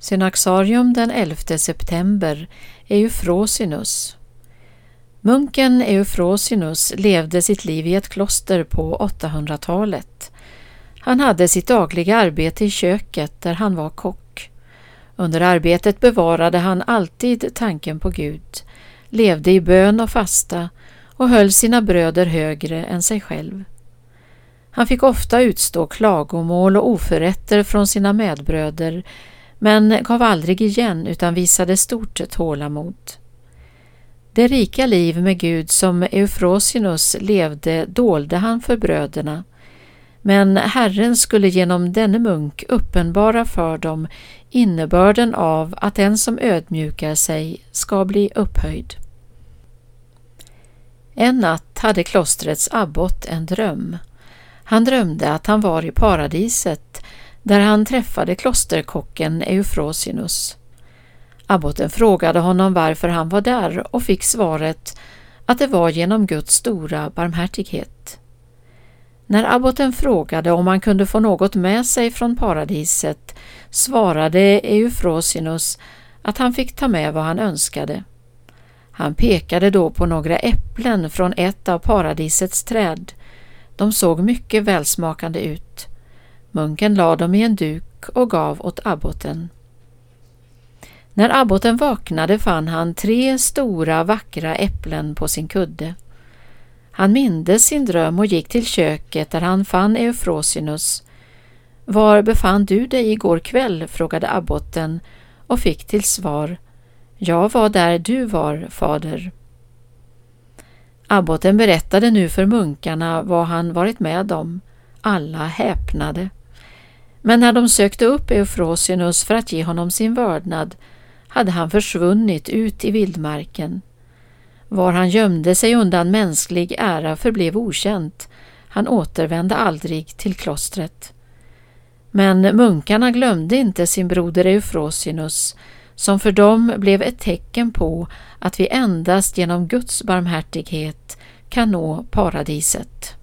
Synaxarium den 11 september, Eufrosinus. Munken Eufrosinus levde sitt liv i ett kloster på 800-talet. Han hade sitt dagliga arbete i köket där han var kock. Under arbetet bevarade han alltid tanken på Gud, levde i bön och fasta och höll sina bröder högre än sig själv. Han fick ofta utstå klagomål och oförrätter från sina medbröder, men gav aldrig igen utan visade stort tålamod. Det rika liv med Gud som Eufrosinus levde dolde han för bröderna, men Herren skulle genom denne munk uppenbara för dem innebörden av att den som ödmjukar sig ska bli upphöjd. En natt hade klostrets abbot en dröm. Han drömde att han var i paradiset där han träffade klosterkocken Eufrosinus. Abboten frågade honom varför han var där och fick svaret att det var genom Guds stora barmhärtighet. När abboten frågade om han kunde få något med sig från paradiset svarade Eufrosinus att han fick ta med vad han önskade. Han pekade då på några äpplen från ett av paradisets träd. De såg mycket välsmakande ut. Munken lade dem i en duk och gav åt abboten. När abboten vaknade fann han 3 stora vackra äpplen på sin kudde. Han mindes sin dröm och gick till köket där han fann Eufrosinus. Var befann du dig igår kväll? Frågade abboten och fick till svar: Jag var där du var, fader. Abboten berättade nu för munkarna vad han varit med om. Alla häpnade. Men när de sökte upp Eufrosinus för att ge honom sin vördnad hade han försvunnit ut i vildmarken. Var han gömde sig undan mänsklig ära förblev okänt. Han återvände aldrig till klostret. Men munkarna glömde inte sin broder Eufrosinus, som för dem blev ett tecken på att vi endast genom Guds barmhärtighet kan nå paradiset.